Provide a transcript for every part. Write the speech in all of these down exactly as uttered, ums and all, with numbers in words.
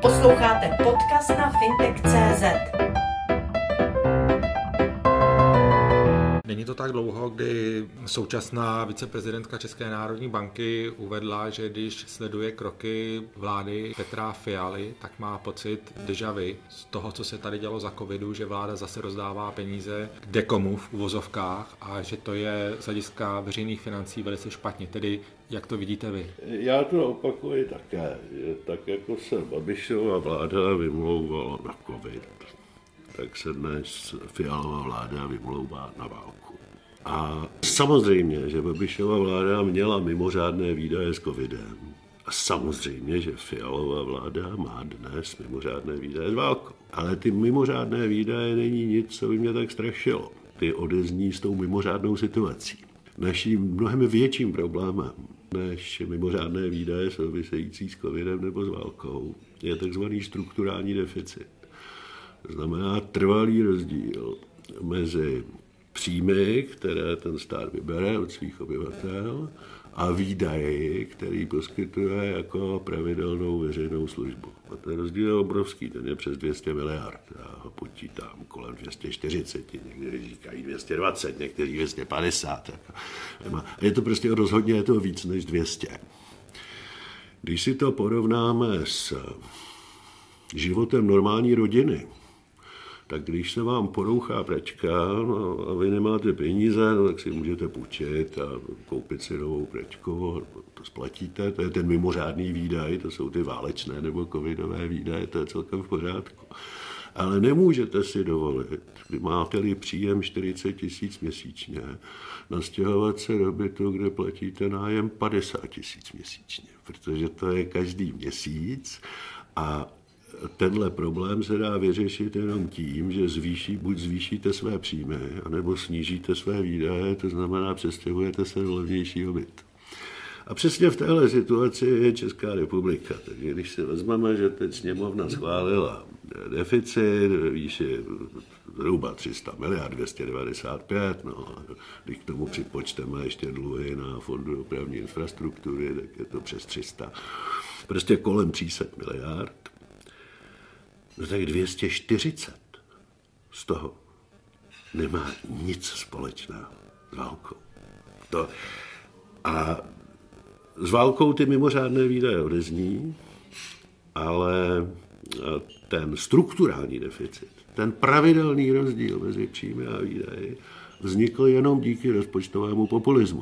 Posloucháte podcast na fintech tečka cé zet. Není to tak dlouho, kdy současná viceprezidentka České národní banky uvedla, že když sleduje kroky vlády Petra Fialy, tak má pocit déjà vu z toho, co se tady dělo za covidu, že vláda zase rozdává peníze kdekomu v uvozovkách a že to je z hlediska veřejných financí velice špatně. Tedy jak to vidíte vy? Já to opakuji také, že tak jako se Babišova vláda vymlouvala na covid, tak se dnes Fialova vláda vymlouvá na válku. A samozřejmě, že Babišova vláda měla mimořádné výdaje s covidem. A samozřejmě, že Fialova vláda má dnes mimořádné výdaje s válkou. Ale ty mimořádné výdaje není nic, co by mě tak strašilo. Ty odezní s tou mimořádnou situací. Naším mnohem větším problémem než mimořádné výdaje související s covidem nebo s válkou je takzvaný strukturální deficit. To znamená trvalý rozdíl mezi příjmy, které ten stát vybere od svých obyvatel, a výdaji, který poskytuje jako pravidelnou veřejnou službu. A ten rozdíl je obrovský, ten je přes dvě stě miliard. Já ho počítám kolem dvě stě čtyřicet, někteří říkají dvě stě dvacet, někteří dvě stě padesát. Je to prostě rozhodně je to víc než dvě stě. Když si to porovnáme s životem normální rodiny, tak když se vám porouchá pračka no, a vy nemáte peníze, no, tak si můžete půjčit a koupit si novou pračku, to splatíte, to je ten mimořádný výdaj, to jsou ty válečné nebo covidové výdaje, to je celkem v pořádku. Ale nemůžete si dovolit, kdy máte-li příjem čtyřicet tisíc měsíčně, nastěhovat se do bytu, kde platíte nájem padesát tisíc měsíčně, protože to je každý měsíc a tenhle problém se dá vyřešit jenom tím, že zvýší, buď zvýšíte své příjmy, anebo snížíte své výdaje, to znamená přestěhujete se do levnějšího bytu. A přesně v téhle situaci je Česká republika. Takže když si vezmeme, že teď sněmovna schválila deficit ve výši zhruba tři sta miliard, dvě stě devadesát pět, no, když k tomu připočteme ještě dluhy na Fondu dopravní infrastruktury, tak je to přes tři sta. Prostě kolem tři sta miliard. No tak dvě stě čtyřicet z toho nemá nic společného s válkou. To, a s válkou ty mimořádné výdaje odezní, ale ten strukturální deficit, ten pravidelný rozdíl mezi příjmy a výdaji vznikl jenom díky rozpočtovému populismu.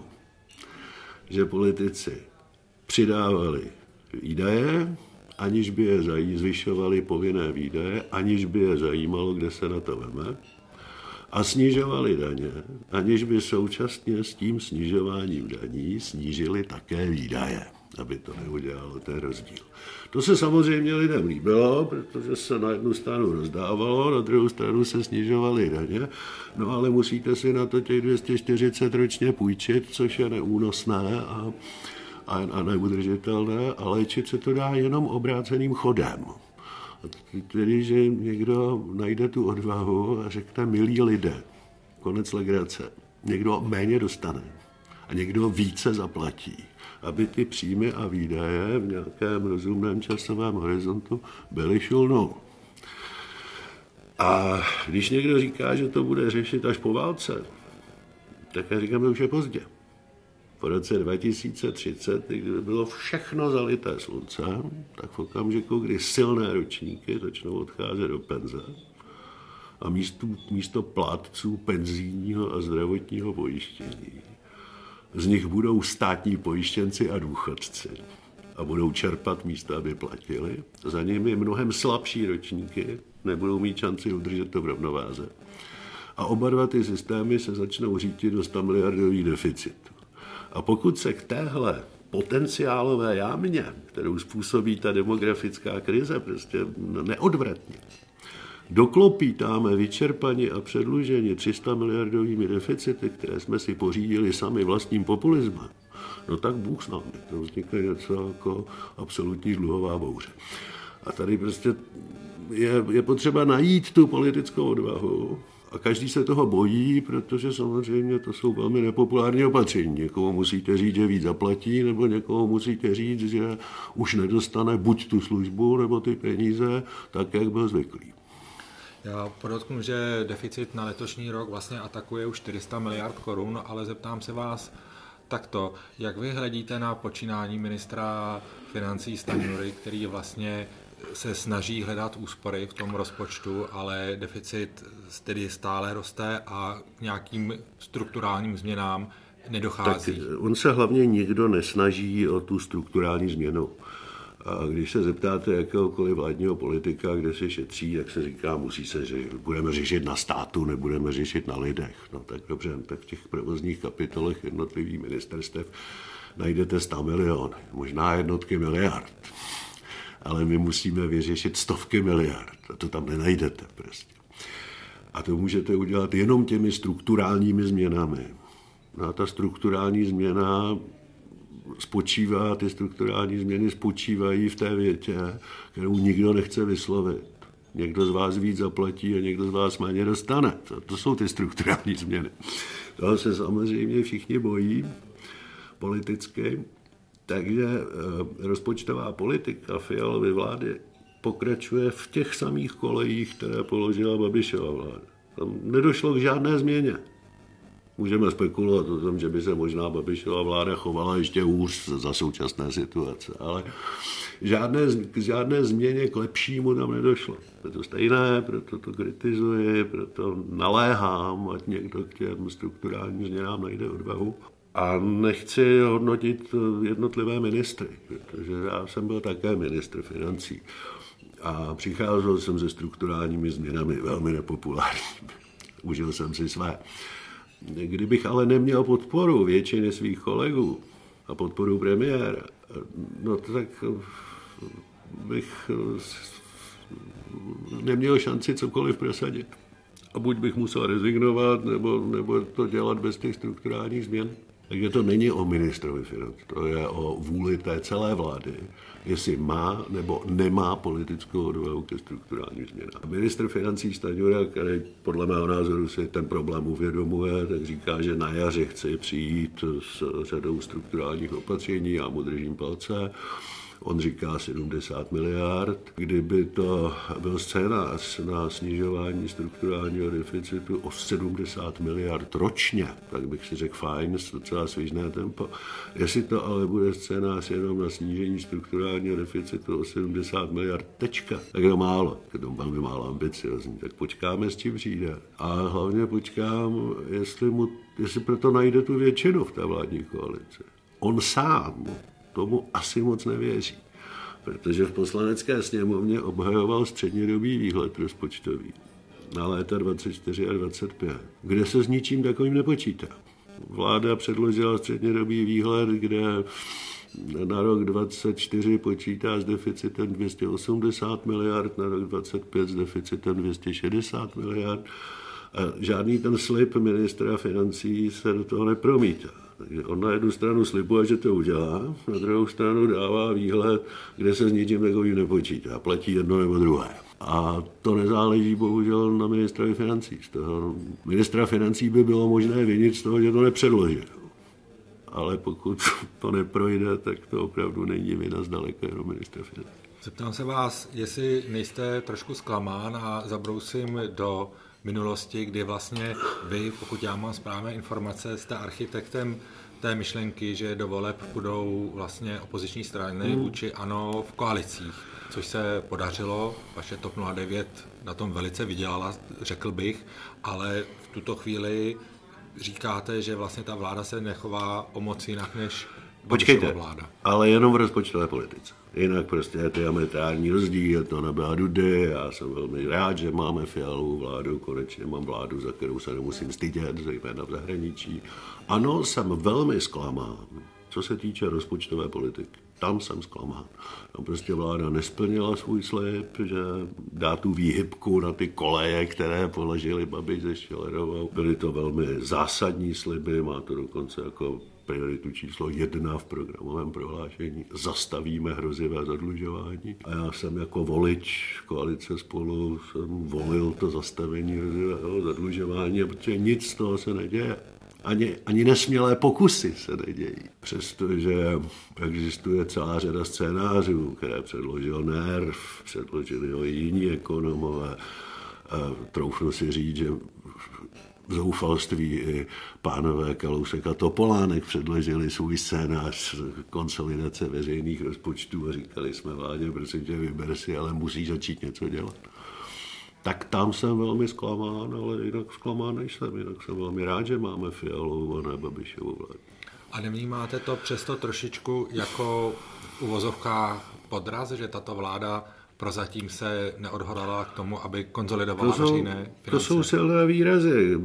Že politici přidávali výdaje, aniž by je zvyšovali povinné výdaje, aniž by je zajímalo, kde se na to veme, a snižovali daně, aniž by současně s tím snižováním daní snížili také výdaje, aby to neudělalo ten rozdíl. To se samozřejmě lidem líbilo, protože se na jednu stranu rozdávalo, na druhou stranu se snižovaly daně, no ale musíte si na to těch dvě stě čtyřicet ročně půjčit, což je neúnosné a a neudržitelné, a léčit se to dá jenom obráceným chodem. Tedy, že někdo najde tu odvahu a řekne milí lidé, konec legrace, někdo méně dostane a někdo více zaplatí, aby ty příjmy a výdaje v nějakém rozumném časovém horizontu byly šulnou. A když někdo říká, že to bude řešit až po válce, tak já říkám, že už je pozdě. Po roce dva tisíce třicet, kdyby bylo všechno zalité sluncem, tak v okamžiku, kdy silné ročníky začnou odcházet do penze a místo, místo plátců penzijního a zdravotního pojištění, z nich budou státní pojištěnci a důchodci a budou čerpat místo, aby platili. Za nimi mnohem slabší ročníky nebudou mít šanci udržet to v rovnováze. A oba dva ty systémy se začnou řídit do sto miliardový deficit. A pokud se k téhle potenciálové jámě, kterou způsobí ta demografická krize, prostě neodvratně, doklopítáme vyčerpaní a předlužení tři sta miliardovými deficity, které jsme si pořídili sami vlastním populismem, no tak Bůh s námi, to vznikne něco jako absolutní dluhová bouře. A tady prostě je, je potřeba najít tu politickou odvahu A každý se toho bojí, protože samozřejmě to jsou velmi nepopulární opatření. Někomu musíte říct, že víc zaplatí, nebo někomu musíte říct, že už nedostane buď tu službu, nebo ty peníze, tak, jak byl zvyklý. Já podotknu, že deficit na letošní rok vlastně atakuje už čtyři sta miliard korun, ale zeptám se vás takto, jak vy hledíte na počínání ministra financí Stanjury, který vlastně se snaží hledat úspory v tom rozpočtu, ale deficit tedy stále roste a k nějakým strukturálním změnám nedochází. Tak on se hlavně nikdo nesnaží o tu strukturální změnu. A když se zeptáte jakéhokoliv vládního politika, kde se šetří, tak se říká, musí se řešit, budeme řešit na státu, nebudeme řešit na lidech. No tak dobře, tak v těch provozních kapitolech jednotlivých ministerstev najdete sto miliony, možná jednotky miliard. Ale my musíme vyřešit stovky miliard a to tam nenajdete prostě. A to můžete udělat jenom těmi strukturálními změnami. No a ta strukturální změna spočívá, ty strukturální změny spočívají v té větě, kterou nikdo nechce vyslovit. Někdo z vás víc zaplatí a někdo z vás méně dostane. To, to jsou ty strukturální změny. Toho se samozřejmě všichni bojí politicky. Takže e, rozpočtová politika Fialovy vlády pokračuje v těch samých kolejích, které položila Babišova vláda. Tam nedošlo k žádné změně. Můžeme spekulovat o tom, že by se možná Babišova vláda chovala ještě hůř za současné situace, ale žádné, k žádné změně k lepšímu tam nedošlo. Je to stejné, proto to kritizuji, proto naléhám, ať někdo k těm strukturálním změnám najde odvahu. A nechci hodnotit jednotlivé ministry, protože já jsem byl také ministr financí a přicházel jsem se strukturálními změnami velmi nepopulárními. Užil jsem si své. Kdybych ale neměl podporu většiny svých kolegů a podporu premiéra, no tak bych neměl šanci cokoliv prosadit. A buď bych musel rezignovat, nebo, nebo to dělat bez těch strukturálních změn. Takže to není o ministrovi financí, to je o vůli té celé vlády, jestli má nebo nemá politickou odvahu ke strukturálním změnám. Ministr financí Stanjura, který podle mého názoru si ten problém uvědomuje, tak říká, že na jaře chce přijít s řadou strukturálních opatření, já mu držím palce. On říká sedmdesát miliard. Kdyby to byl scénář na snižování strukturálního deficitu o sedmdesát miliard ročně, tak bych si řekl fajn, docela svižné tempo. Jestli to ale bude scénář jenom na snížení strukturálního deficitu o sedmdesát miliard tečka, tak je to málo, je to velmi málo ambiciozní. Tak počkáme, s čím přijde. A hlavně počkám, jestli, mu, jestli proto najde tu většinu v té vládní koalici. On sám tomu asi moc nevěří, protože v poslanecké sněmovně obhajoval střednědobý výhled rozpočtový na léta dvacet čtyři a dvacet pět, kde se s ničím takovým nepočítá. Vláda předložila střednědobý výhled, kde na rok dvacet čtyři počítá s deficitem dvě stě osmdesát miliard, na rok dvacet pět s deficitem dvě stě šedesát miliard. A žádný ten slib ministra financí se do toho nepromítá. Takže on na jednu stranu slibuje, že to udělá, na druhou stranu dává výhled, kde se s ničím takovým nepočítá. Platí jedno nebo druhé. A to nezáleží bohužel na ministrovi financí. Z toho ministra financí by bylo možné vinit z toho, že to nepředložil. Ale pokud to neprojde, tak to opravdu není vina zdaleka jenom ministra financí. Zeptám se vás, jestli nejste trošku zklamán a zabrousím do minulosti, kdy vlastně vy, pokud já mám správné informace, jste architektem té myšlenky, že do voleb budou vlastně opoziční strany vůči ANO v koalicích, což se podařilo, vaše TOP nula devět na tom velice vydělala, řekl bych, ale v tuto chvíli říkáte, že vlastně ta vláda se nechová o moc jinak než Počkejte, vláda. Ale jenom v rozpočtové politice. Jinak prostě je to diametrální rozdíl, to nebyla Dudy, já jsem velmi rád, že máme Fialovou vládu, konečně mám vládu, za kterou se nemusím stydět, zejména v zahraničí. Ano, jsem velmi zklamán, co se týče rozpočtové politiky. Tam jsem zklamán. Tam prostě vláda nesplnila svůj slib, že dá tu výhybku na ty koleje, které položili Babiš se Schillerovou. Byly to velmi zásadní sliby, má to dokonce jako prioritu číslo jedna v programovém prohlášení. Zastavíme hrozivé zadlužování. A já jsem jako volič koalice Spolu jsem volil to zastavení hrozivého zadlužování, protože nic z toho se neděje. Ani, ani nesmělé pokusy se nedějí. Přestože existuje celá řada scénářů, které předložil NERV, předložili ho i jiní ekonomové. Troufnu si říct, že v zoufalství i pánové Kalousek a Topolánek předložili svůj scénář konsolidace veřejných rozpočtů a říkali jsme vládě, prosím tě, vyber si, ale musí začít něco dělat. Tak tam jsem velmi zklamán, ale jinak zklamán nejsem. Jinak jsem velmi rád, že máme Fialovou a ne Babišovu vládu. A nevnímáte to přesto trošičku jako v uvozovkách podraz, že tato vláda prozatím se neodhodlala k tomu, aby konzolidovala to jsou, veřejné finance? To jsou silné výrazy.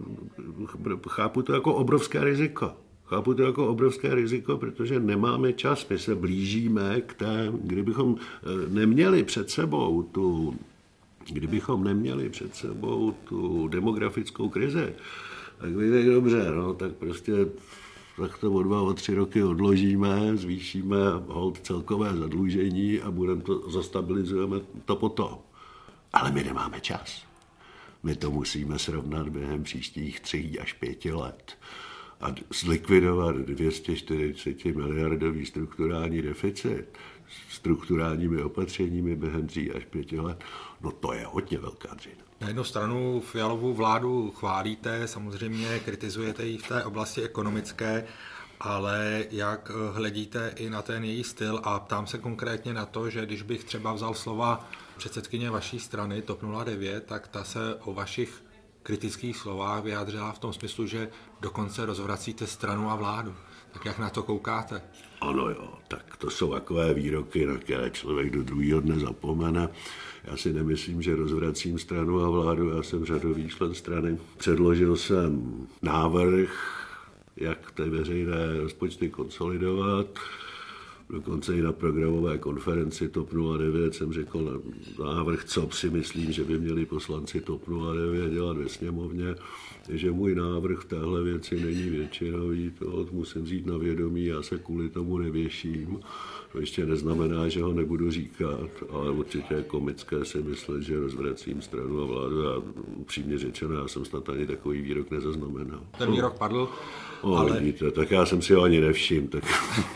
Chápu to jako obrovské riziko. Chápu to jako obrovské riziko, protože nemáme čas. My se blížíme k té, kdybychom neměli před sebou tu Kdybychom neměli před sebou tu demografickou krizi, tak víte dobře, no, tak prostě tak to o dva, o tři roky odložíme, zvýšíme hold celkové zadlužení a budeme to, zastabilizujeme to potom. Ale my nemáme čas. My to musíme srovnat během příštích tří až pěti let a zlikvidovat dvě stě čtyřicet miliardový strukturální deficit strukturálními opatřeními během tří až pěti let, no to je hodně velká dřina. Na jednu stranu Fialovu vládu chválíte, samozřejmě kritizujete ji v té oblasti ekonomické, ale jak hledíte i na ten její styl a ptám se konkrétně na to, že když bych třeba vzal slova předsedkyně vaší strany TOP nula devět, tak ta se o vašich kritických slovách vyjádřila v tom smyslu, že dokonce rozvracíte stranu a vládu. Tak jak na to koukáte? Ano jo, tak to jsou takové výroky, na které člověk do druhého dne zapomene. Já si nemyslím, že rozvracím stranu a vládu, já jsem řadový člen strany. Předložil jsem návrh, jak ty veřejné rozpočty konsolidovat. Dokonce i na programové konferenci TOP nula devět jsem řekl návrh, co si myslím, že by měli poslanci TOP nula devět dělat ve sněmovně, že můj návrh v téhle věci není většinový, to musím vzít na vědomí, já se kvůli tomu nevěším. To ještě neznamená, že ho nebudu říkat, ale určitě je komické si myslet, že rozvracím stranu a vládu a upřímně řečeno, já jsem snad ani takový výrok nezaznamenal. Ten výrok padl, o, ale... Vidíte, tak já jsem si ho ani nevšiml, tak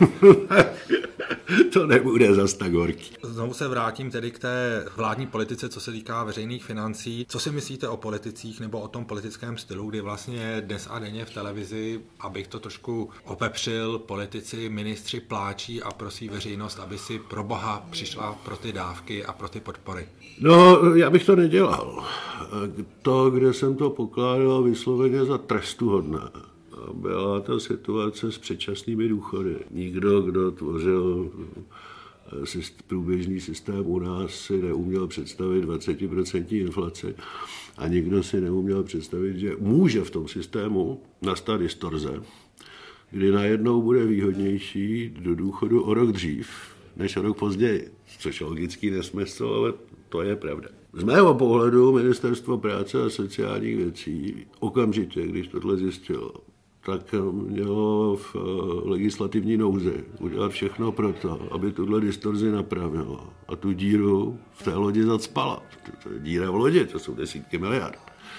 to nebude zas tak horký. Znovu se vrátím tedy k té vládní politice, co se týká veřejných financí. Co si myslíte o politicích nebo o tom politickém stylu, kdy vlastně dnes a denně v televizi, abych to trošku opepřil, politici, ministři pláčí a prosí veřejnost, aby si pro boha přišla pro ty dávky a pro ty podpory? No, já bych to nedělal. To, kde jsem to pokládal vysloveně za trestuhodné, byla ta situace s předčasnými důchody. Nikdo, kdo tvořil průběžný systém u nás, si neuměl představit dvacet procent inflaci a nikdo si neuměl představit, že může v tom systému nastat distorze, kdy najednou bude výhodnější jít do důchodu o rok dřív, než o rok později, což je logický nesmysl, ale to je pravda. Z mého pohledu Ministerstvo práce a sociálních věcí okamžitě, když tohle zjistilo, tak mělo v legislativní nouzi udělat všechno pro to, aby tuhle distorzi napravilo a tu díru v té lodi zacpala. To je díra v lodi, to jsou desítky miliard.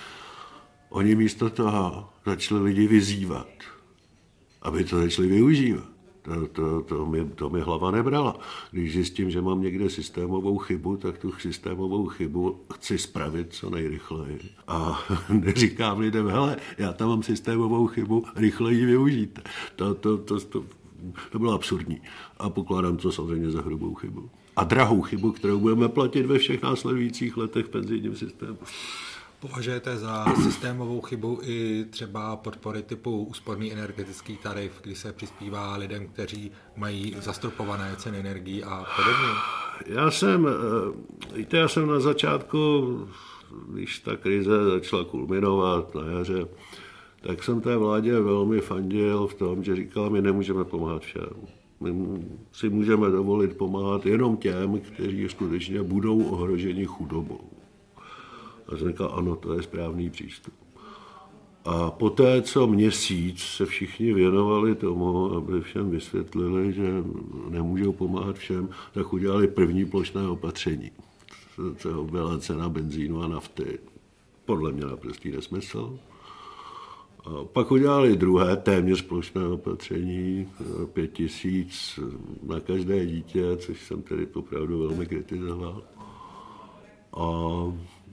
Oni místo toho začali lidi vyzývat, aby to začali využívat. To, to, to, mi, to mi hlava nebrala. Když zjistím, že mám někde systémovou chybu, tak tu systémovou chybu chci spravit co nejrychleji. A neříkám lidem, hele, já tam mám systémovou chybu, rychleji využijte. To, to, to, to, to bylo absurdní. A pokládám to samozřejmě za hrubou chybu. A drahou chybu, kterou budeme platit ve všech následujících letech v penzijním systému. Považujete za systémovou chybu i třeba podpory typu úsporný energetický tarif, kdy se přispívá lidem, kteří mají zastropované ceny energií a podobně? Já jsem, víte, já jsem na začátku, když ta krize začala kulminovat na jaře, tak jsem té vládě velmi fandil v tom, že říkal, my nemůžeme pomáhat všem. My si můžeme dovolit pomáhat jenom těm, kteří skutečně budou ohroženi chudobou. A jsem říkal, ano, to je správný přístup. A poté, co měsíc se všichni věnovali tomu, aby všem vysvětlili, že nemůžou pomáhat všem, tak udělali první plošné opatření. To byla cena benzínu a nafty. Podle mě naprostý nesmysl. A pak udělali druhé téměř plošné opatření, pět tisíc na každé dítě, což jsem tedy opravdu velmi kritizoval. A, a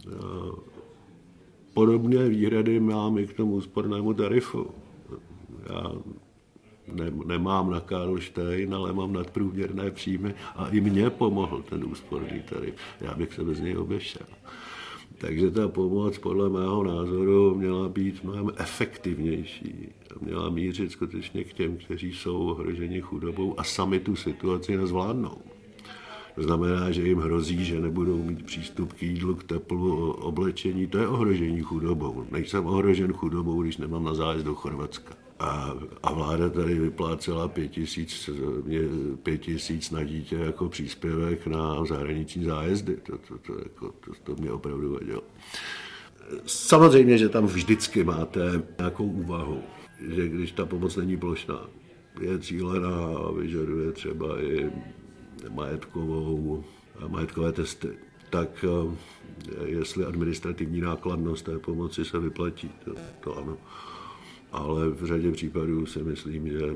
podobné výhrady mám i k tomu úspornému tarifu. Já ne, nemám na Karlštejn, ale mám nadprůměrné příjmy a i mně pomohl ten úsporný tarif. Já bych se bez něj obešel. Takže ta pomoc podle mého názoru měla být mnohem efektivnější a měla mířit skutečně k těm, kteří jsou ohroženi chudobou a sami tu situaci nezvládnou. To znamená, že jim hrozí, že nebudou mít přístup k jídlu, k teplu, oblečení. To je ohrožení chudobou. Nejsem ohrožen chudobou, když nemám na zájezd do Chorvatska. A, a vláda tady vyplácela pět tisíc, pět tisíc na dítě jako příspěvek na zahraniční zájezdy. To, to, to, jako, to, to mě opravdu vadilo. Samozřejmě, že tam vždycky máte nějakou úvahu, že když ta pomoc není plošná, je cílená a vyžaduje třeba i majetkovou, majetkové testy, tak jestli administrativní nákladnost té pomoci se vyplatí, to, to ano. Ale v řadě případů si myslím, že,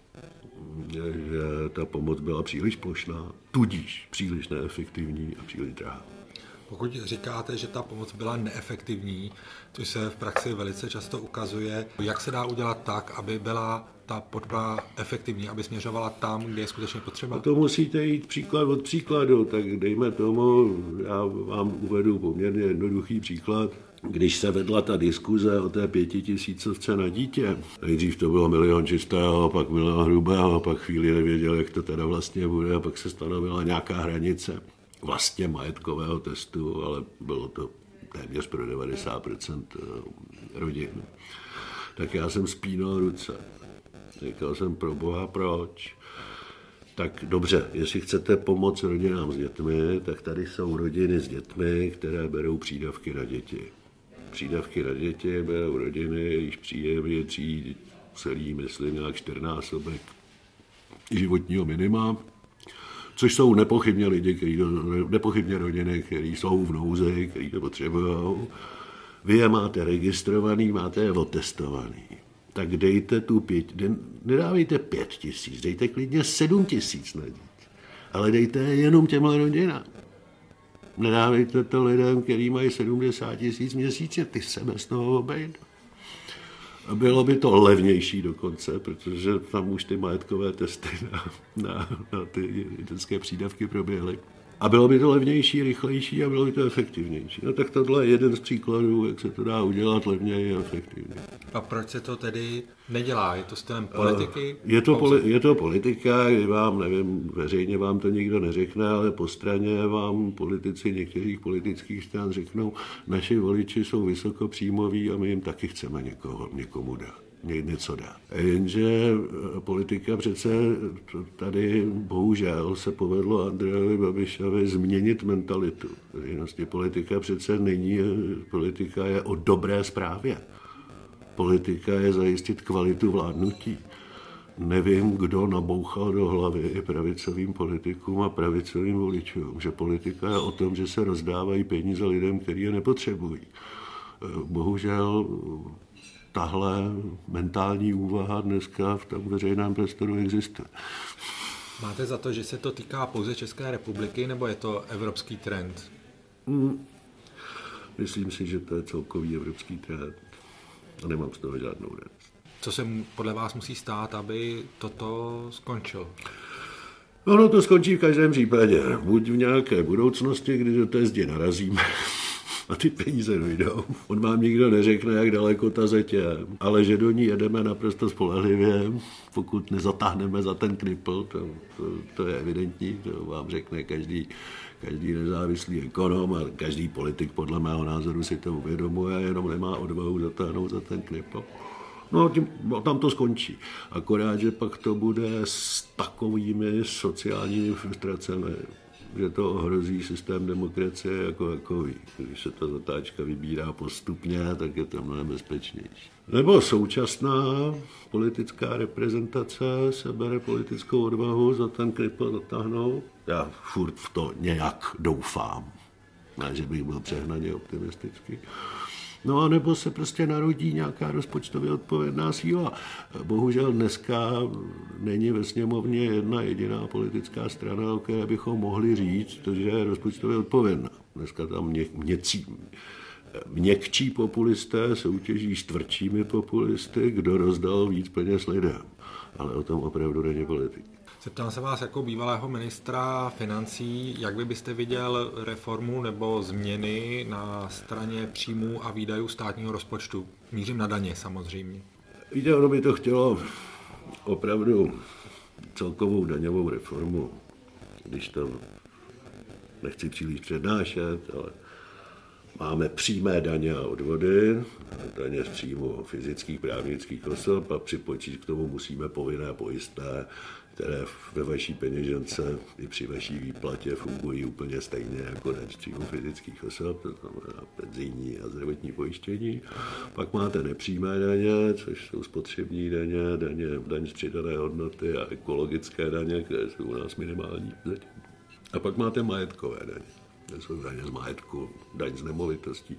že ta pomoc byla příliš plošná, tudíž příliš neefektivní a příliš drahá. Pokud říkáte, že ta pomoc byla neefektivní, což se v praxi velice často ukazuje, jak se dá udělat tak, aby byla ta podpora efektivní, aby směřovala tam, kde je skutečně potřeba? A to musíte jít příklad od příkladu, tak dejme tomu, já vám uvedu poměrně jednoduchý příklad. Když se vedla ta diskuze o té pětitisícovce na dítě, nejdřív to bylo milion čistého, pak milion hrubého, pak chvíli nevěděl, jak to teda vlastně bude, a pak se stanovila nějaká hranice vlastně majetkového testu, ale bylo to téměř pro devadesát procent rodin. Tak já jsem spínal ruce. Říkal jsem, pro boha, proč? Tak dobře, jestli chcete pomoct rodinám s dětmi, tak tady jsou rodiny s dětmi, které berou přídavky na děti. Přídavky na děti berou rodiny, jejichž příjem je tří celý, myslím, nějak čtyřnásobek životního minima, což jsou nepochybně lidi, který, nepochybně rodiny, které jsou v nouzi, který to potřebují. Vy je máte registrovaný, máte je otestovaný. Tak dejte tu pět, nedávejte pět tisíc, dejte klidně sedm tisíc na dítě, ale dejte je jenom těmhle rodinám. Nedávejte to lidem, kteří mají sedmdesát tisíc měsíčně, ty se bez toho obejdou. A bylo by to levnější dokonce, protože tam už ty majetkové testy na, na, na ty dětské přídavky proběhly. A bylo by to levnější, rychlejší a bylo by to efektivnější. No tak tohle je jeden z příkladů, jak se to dá udělat levněji a efektivně. A proč se to tedy nedělá? Je to stylem politiky? Je to, poli- je to politika, kdy vám, nevím, veřejně vám to nikdo neřekne, ale po straně vám politici některých politických stran řeknou, naši voliči jsou vysokopříjmoví a my jim taky chceme někoho, někomu dát. něco dát. Jenže politika přece tady bohužel se povedlo Andrejovi Babišovi změnit mentalitu. Vlastně politika přece není, politika je o dobré správě. Politika je zajistit kvalitu vládnutí. Nevím, kdo nabouchal do hlavy pravicovým politikům a pravicovým voličům, že politika je o tom, že se rozdávají peníze lidem, kteří je nepotřebují. Bohužel tahle mentální úvaha dneska v tom veřejném prostoru existuje. Máte za to, že se to týká pouze České republiky, nebo je to evropský trend? Hmm. Myslím si, že to je celkový evropský trend. A nemám z toho žádnou radost. Co se podle vás musí stát, aby toto skončilo? No, no to skončí v každém případě. Buď v nějaké budoucnosti, kdy do té zdi narazíme a ty peníze dojdou. On vám nikdo neřekne, jak daleko ta zeď je, ale že do ní jedeme naprosto spolehlivě, pokud nezatáhneme za ten knipl, to, to, to je evidentní, to vám řekne každý, každý nezávislý ekonom a každý politik podle mého názoru si to uvědomuje, jenom nemá odvahu zatáhnout za ten knipl. No, tím, no, tam to skončí. Akorát, že pak to bude s takovými sociálními frustracemi, že to ohrozí systém demokracie jako takový. Když se ta zatáčka vybírá postupně, tak je to mnohem bezpečnější. Nebo současná politická reprezentace se bere politickou odvahu za ten kripl dotáhnout. Já furt v to nějak doufám. Ne, že bych byl přehnaně optimistický. No a nebo se prostě narodí nějaká rozpočtově odpovědná síla. Bohužel dneska není ve sněmovně jedna jediná politická strana, o které bychom mohli říct, že je rozpočtově odpovědná. Dneska tam mě, měcí, měkčí populisté soutěží s tvrdšími populisty, kdo rozdal víc peněz lidem. Ale o tom opravdu není politik. Zeptám se vás jako bývalého ministra financí, jak vy byste viděl reformu nebo změny na straně příjmů a výdajů státního rozpočtu? Mířím na daně samozřejmě. Víte, ono by to chtělo opravdu celkovou daňovou reformu, když to nechci příliš přednášet, ale máme přímé daně a odvody, daně z příjmu fyzických právnických osob a připočít k tomu musíme povinné pojistné, které ve vaší peněžence i při vaší výplatě fungují úplně stejně jako daň z příjmu fyzických osob, to znamená penzijní a zdravotní pojištění. Pak máte nepřímé daně, což jsou spotřební daně, daně, daň z přidané hodnoty a ekologické daně, které jsou u nás minimální zatím. A pak máte majetkové daně. To jsou daně z majetku, daň z nemovitostí.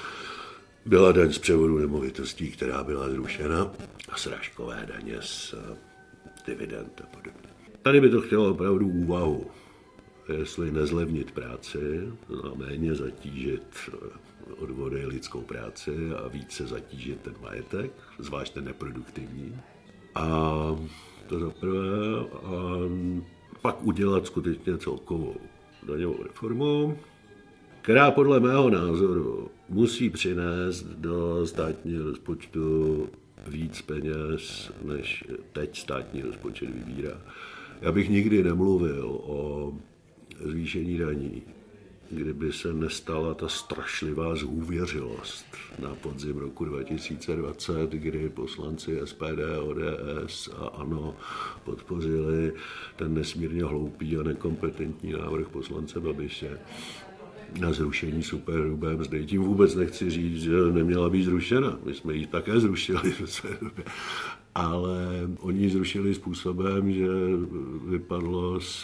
Byla daň z převodu nemovitostí, která byla zrušena, a srážkové daně z dividend a podobně. Tady by to chtělo opravdu úvahu, jestli nezlevnit práci, to znamená méně zatížit odvody lidskou práci a více zatížit ten majetek, zvlášť ten neproduktivní. A to za prvé, a pak udělat skutečně celkovou daňovou reformu, která podle mého názoru musí přinést do státního rozpočtu víc peněz, než teď státní rozpočet vybírá. Já bych nikdy nemluvil o zvýšení daní, kdyby se nestala ta strašlivá zhůvěřilost na podzim roku dva tisíce dvacet, kdy poslanci S P D, O D S a ANO podpořili ten nesmírně hloupý a nekompetentní návrh poslance Babiše na zrušení superhrubé mzdy. Tím vůbec nechci říct, že neměla být zrušena. My jsme ji také zrušili v své době. Ale oni ji zrušili způsobem, že vypadlo z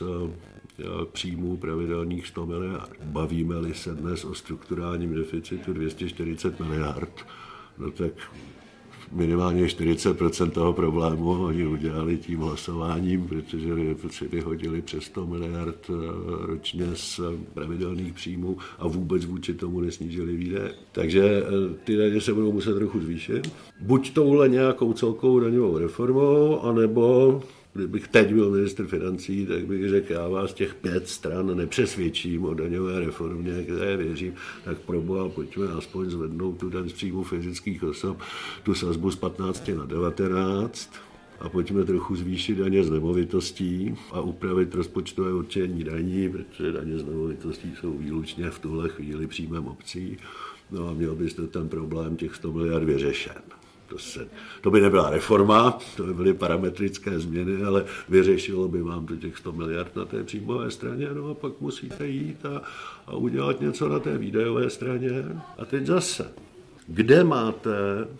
příjmů pravidelných sto miliard. Bavíme-li se dnes o strukturálním deficitu dvě stě čtyřicet miliard, no tak minimálně čtyřicet procent toho problému oni udělali tím hlasováním, protože si vyhodili přes sto miliard ročně z pravidelných příjmů a vůbec vůči tomu nesnížili výdaje. Takže ty daně se budou muset trochu zvýšit. Buď touhle nějakou celkovou daňovou reformou, anebo kdybych teď byl ministr financí, tak bych řekl, já vás těch pět stran nepřesvědčím o daňové reformě, které věřím, tak proboha pojďme aspoň zvednout tu daň z příjmu fyzických osob, tu sazbu z patnácti na devatenáct a pojďme trochu zvýšit daně z nemovitostí a upravit rozpočtové určení daní, protože daně z nemovitostí jsou výlučně v tuhle chvíli příjmem obcí. No a měl byste ten problém těch sto miliard vyřešen. To, se, to by nebyla reforma, to by byly parametrické změny, ale vyřešilo by vám to těch sto miliard na té příjmové straně, no a pak musíte jít a, a udělat něco na té výdajové straně. A teď zase, kde máte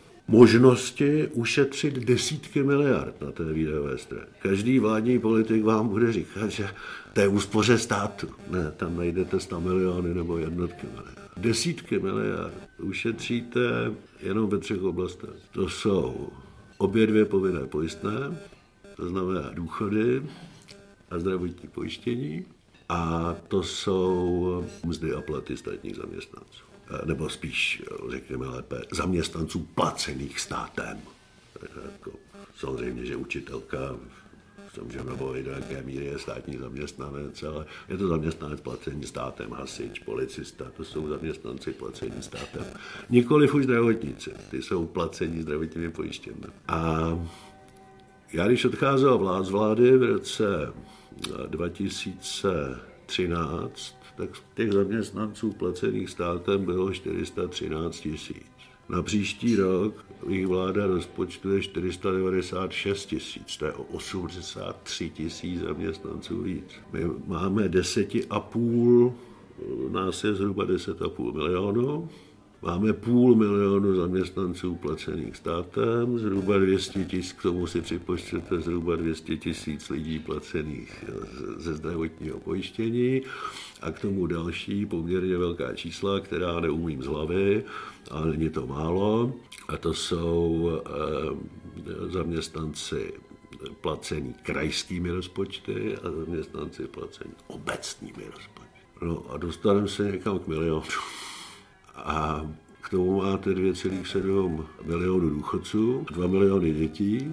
možnosti ušetřit desítky miliard na té výdajové straně? Každý vládní politik vám bude říkat, že to je úspoře státu. Ne, tam najdete sto miliony nebo jednotky miliard. Desítky miliard ušetříte jenom ve třech oblastech. To jsou obě dvě povinné pojistné, to znamená důchody a zdravotní pojištění, a to jsou mzdy a platy státních zaměstnanců. Nebo spíš, řekněme lépe, zaměstnanců placených státem. Jako, samozřejmě, že učitelka, můžeme bavit, do jaké míry je státní zaměstnanec, ale je to zaměstnanec placení státem, hasič, policista, to jsou zaměstnanci placení státem. Nikoliv už zdravotníci, ty jsou placení zdravotními pojištěnými. A já, když odcházel vlád z vlády v roce dva tisíce třináct, tak těch zaměstnanců placených státem bylo čtyři sta třináct tisíc. Na příští rok jejich vláda rozpočtuje čtyři sta devadesát šest tisíc, to je o osmdesát tři tisíc zaměstnanců víc. My máme deset a půl, nás je zhruba deset a půl milionu. Máme půl milionu zaměstnanců placených státem, zhruba dvě stě tisíc, k tomu si připočtěte zhruba dvě stě tisíc lidí placených ze zdravotního pojištění a k tomu další poměrně velká čísla, která neumím z hlavy, ale není to málo, a to jsou eh, zaměstnanci placení krajskými rozpočty a zaměstnanci placení obecnými rozpočty. No a dostaneme se někam k milionu. A k tomu máte dvě celá sedm milionu důchodců, dva miliony dětí,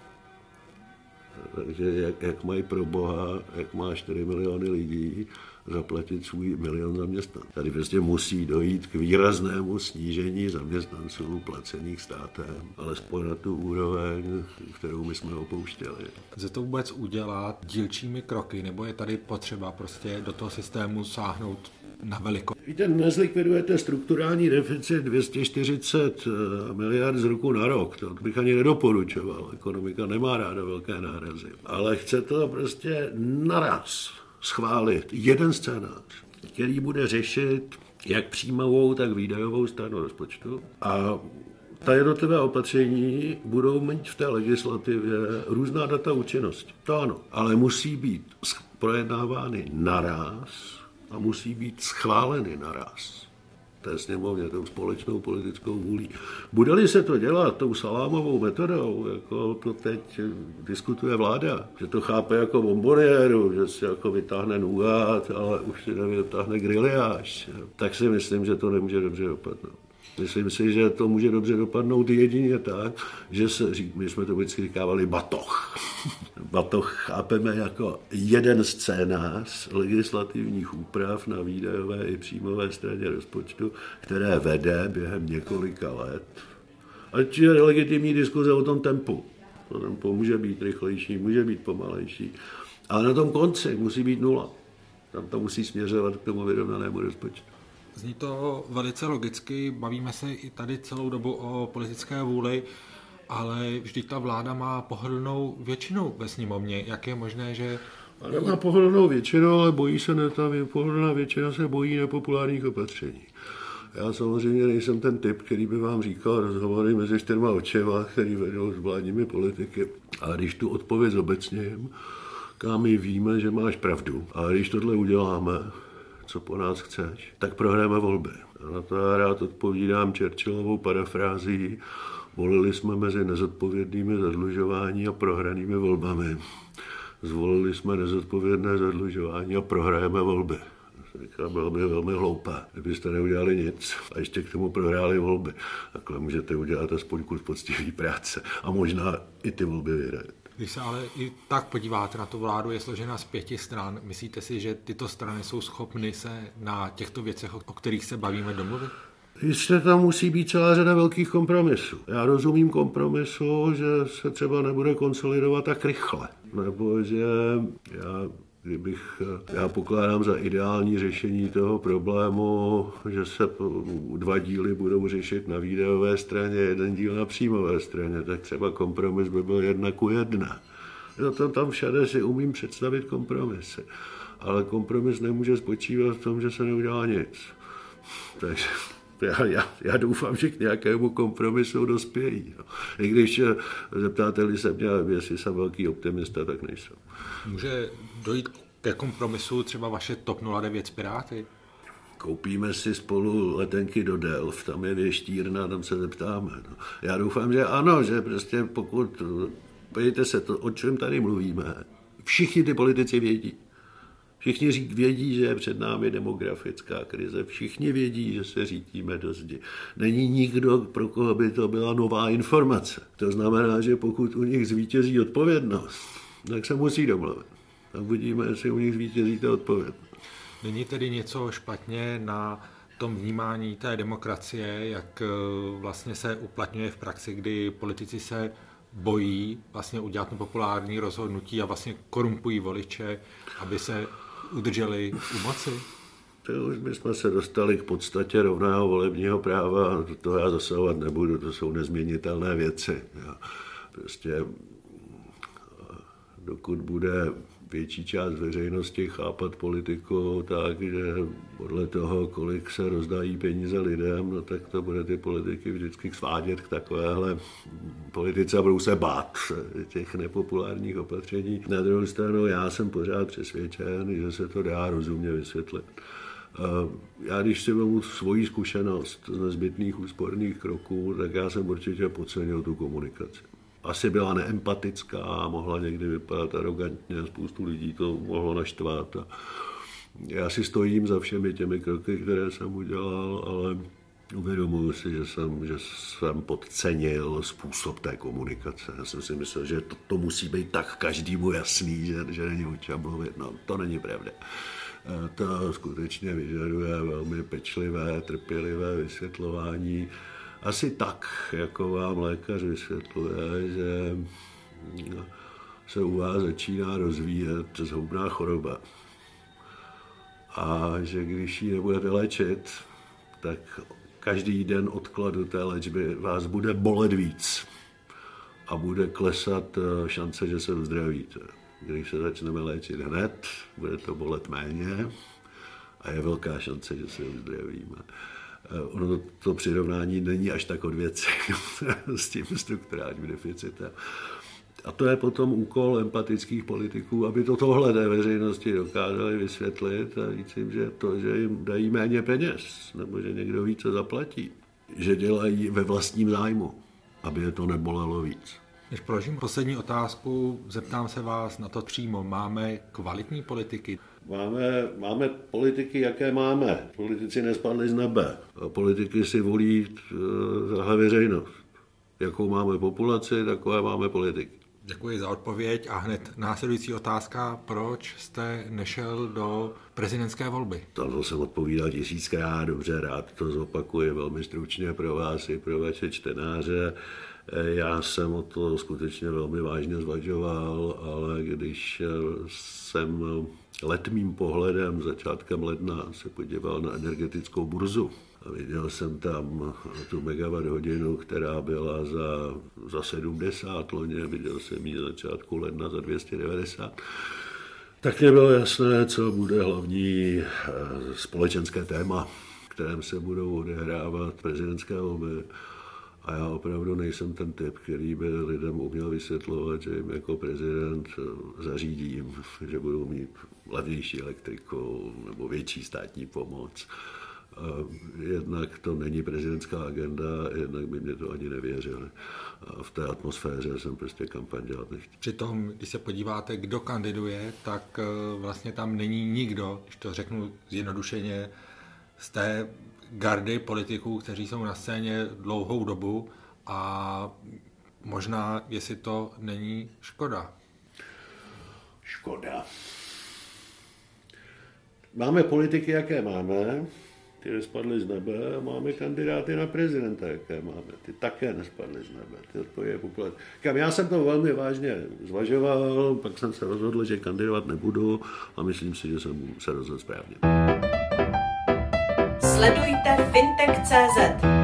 takže jak, jak mají pro Boha, jak má čtyři miliony lidí, zaplatit svůj milion zaměstnanců. Tady prostě musí dojít k výraznému snížení zaměstnanců placených státem, alespoň na tu úroveň, kterou my jsme opouštěli. Lze to vůbec udělat dílčími kroky, nebo je tady potřeba prostě do toho systému sáhnout na veliko? Víte, nezlikvidujete strukturální deficit dvě stě čtyřicet miliard z roku na rok. To bych ani nedoporučoval. Ekonomika nemá ráda velké nárazy. Ale chce to prostě naraz schválit jeden scénář, který bude řešit jak příjmovou, tak výdajovou stranu rozpočtu. A ta jednotlivé opatření budou mít v té legislativě různá data účinnosti. To ano, ale musí být projednávány naraz a musí být schváleny naraz. Té sněmovně, tou společnou politickou vůlí. Bude-li se to dělat tou salámovou metodou, jako to teď diskutuje vláda, že to chápe jako bomboniéru, že si jako vytáhne nugát, ale už si nevytáhne griliáž, tak si myslím, že to nemůže dobře dopadnout. Myslím si, že to může dobře dopadnout jedině tak, že se, my jsme to vždycky říkávali batoh. Batoh chápeme jako jeden scénář legislativních úprav na výdajové i příjmové straně rozpočtu, které vede během několika let. Ať je legitimní diskuze o tom tempu. To tempo může být rychlejší, může být pomalejší, ale na tom konci musí být nula. Tam to musí směřovat k tomu vyrovnanému rozpočtu. Zní to velice logicky, bavíme se i tady celou dobu o politické vůli, ale vždyť ta vláda má pohodlnou většinu ve sněmovně. Jak je možné, že... Vláda má pohodlnou většinu, ale bojí se ne, ta pohodlná většina se bojí nepopulárních opatření. Já samozřejmě nejsem ten typ, který by vám říkal rozhovory mezi čtyřma očima, který vedou s vládními politiky. A když tu odpověď zobecním, kam my víme, že máš pravdu. A když tohle uděláme, co po nás chceš, tak prohráme volby. A na to já rád odpovídám Churchillovou parafrází. Volili jsme mezi nezodpovědnými zadlužování a prohranými volbami. Zvolili jsme nezodpovědné zadlužování a prohrajeme volby. Říká, bylo by velmi hloupé, kdybyste neudělali nic a ještě k tomu prohráli volby. Takhle můžete udělat aspoň kus poctivý práce a možná i ty volby vyhrát. Když se ale i tak podíváte na tu vládu, je složena z pěti stran, myslíte si, že tyto strany jsou schopny se na těchto věcech, o kterých se bavíme, domluvit? Jistě tam musí být celá řada velkých kompromisů. Já rozumím kompromisu, že se třeba nebude konsolidovat tak rychle, nebo že já, kdybych, já pokládám za ideální řešení toho problému, že se dva díly budou řešit na výdajové straně, jeden díl na příjmové straně, tak třeba kompromis by byl jedna ku jedné. To tam všade si umím představit kompromisy, ale kompromis nemůže spočívat v tom, že se neudělá nic. Takže já, já, já doufám, že k nějakému kompromisu dospějí. No. I když zeptáte-li se mě, jestli jsem velký optimista, tak nejsem. Může dojít ke kompromisu třeba vaše TOP nula devět s Piráty? Koupíme si spolu letenky do Delft, tam je věštírna, tam se zeptáme. No. Já doufám, že ano, že prostě pokud, pojďte se, to, o čem tady mluvíme, všichni ty politici vědí. Všichni řík, vědí, že je před námi demografická krize. Všichni vědí, že se řítíme do zdi. Není nikdo, pro koho by to byla nová informace. To znamená, že pokud u nich zvítězí odpovědnost, tak se musí domluvit. A uvidíme, jestli u nich zvítězí ta odpovědnost. Není tedy něco špatně na tom vnímání té demokracie, jak vlastně se uplatňuje v praxi, kdy politici se bojí vlastně udělat nepopulární rozhodnutí a vlastně korumpují voliče, aby se udrželi u moci? To už my jsme se dostali k podstatě rovného volebního práva, do toho já zasahovat nebudu, to jsou nezměnitelné věci. Prostě dokud bude větší část veřejnosti chápat politiku tak, že podle toho, kolik se rozdají peníze lidem, no tak to bude ty politiky vždycky svádět k takovéhle politice a budou se bát těch nepopulárních opatření. Na druhou stranu já jsem pořád přesvědčen, že se to dá rozumně vysvětlit. Já když si vezmu svoji zkušenost z nezbytných úsporných kroků, tak já jsem určitě podcenil tu komunikaci. Asi byla neempatická, mohla někdy vypadat arrogantně, spoustu lidí to mohlo naštvat. A já si stojím za všemi těmi kroky, které jsem udělal, ale uvědomuji si, že jsem, že jsem podcenil způsob té komunikace. Já jsem si myslel, že to, to musí být tak každému jasný, že, že není o čem mluvit. No, to není pravda. To skutečně vyžaduje velmi pečlivé, trpělivé vysvětlování. Asi tak, jako vám lékař vysvětluje, že se u vás začíná rozvíjet zhoubná choroba. A že když ji nebudete léčit, tak každý den odkladu té léčby vás bude bolet víc a bude klesat šance, že se uzdravíte. Když se začneme léčit hned, bude to bolet méně a je velká šance, že se uzdravíme. Ono to, to přirovnání není až tak od věci s tím strukturálním deficitem. A to je potom úkol empatických politiků, aby to tohle té veřejnosti dokázali vysvětlit a říct jim, že to, že jim dají méně peněz, nebo že někdo více zaplatí, že dělají ve vlastním zájmu, aby je to nebolelo víc. Než položím poslední otázku, zeptám se vás na to přímo. Máme kvalitní politiky? Máme, máme politiky, jaké máme. Politici nespadli z nebe. A politiky si volí tahle veřejnost. Jakou máme populaci, takové máme politiky. Děkuji za odpověď a hned následující otázka. Proč jste nešel do prezidentské volby? To jsem odpovídal tisíckrát, dobře, rád to zopakuji velmi stručně pro vás i pro vaše čtenáře. Já jsem o to skutečně velmi vážně zvažoval, ale když jsem letmým pohledem začátkem ledna se podíval na energetickou burzu a viděl jsem tam tu megawatt hodinu, která byla za, za sedmdesát loně, viděl jsem ji začátku ledna za dvě stě devadesát, tak mě bylo jasné, co bude hlavní společenské téma, kterém se budou odehrávat prezidentské volby. A já opravdu nejsem ten typ, který by lidem uměl vysvětlovat, že jim jako prezident zařídím, že budou mít levnější elektriku nebo větší státní pomoc. Jednak to není prezidentská agenda, jednak by mě to ani nevěřili. A v té atmosféře jsem prostě kampaň dělat nechtěl. Přitom, když se podíváte, kdo kandiduje, tak vlastně tam není nikdo, když to řeknu zjednodušeně, z té gardy politiků, kteří jsou na scéně dlouhou dobu a možná, jestli to není škoda. Škoda. Máme politiky, jaké máme, ty nespadly z nebe, a máme kandidáty na prezidenta, jaké máme, ty také nespadly z nebe, ty odpovědi populace. Kam já jsem to velmi vážně zvažoval, pak jsem se rozhodl, že kandidovat nebudu a myslím si, že jsem se rozhodl správně. Sledujte fintech tečka cé zet.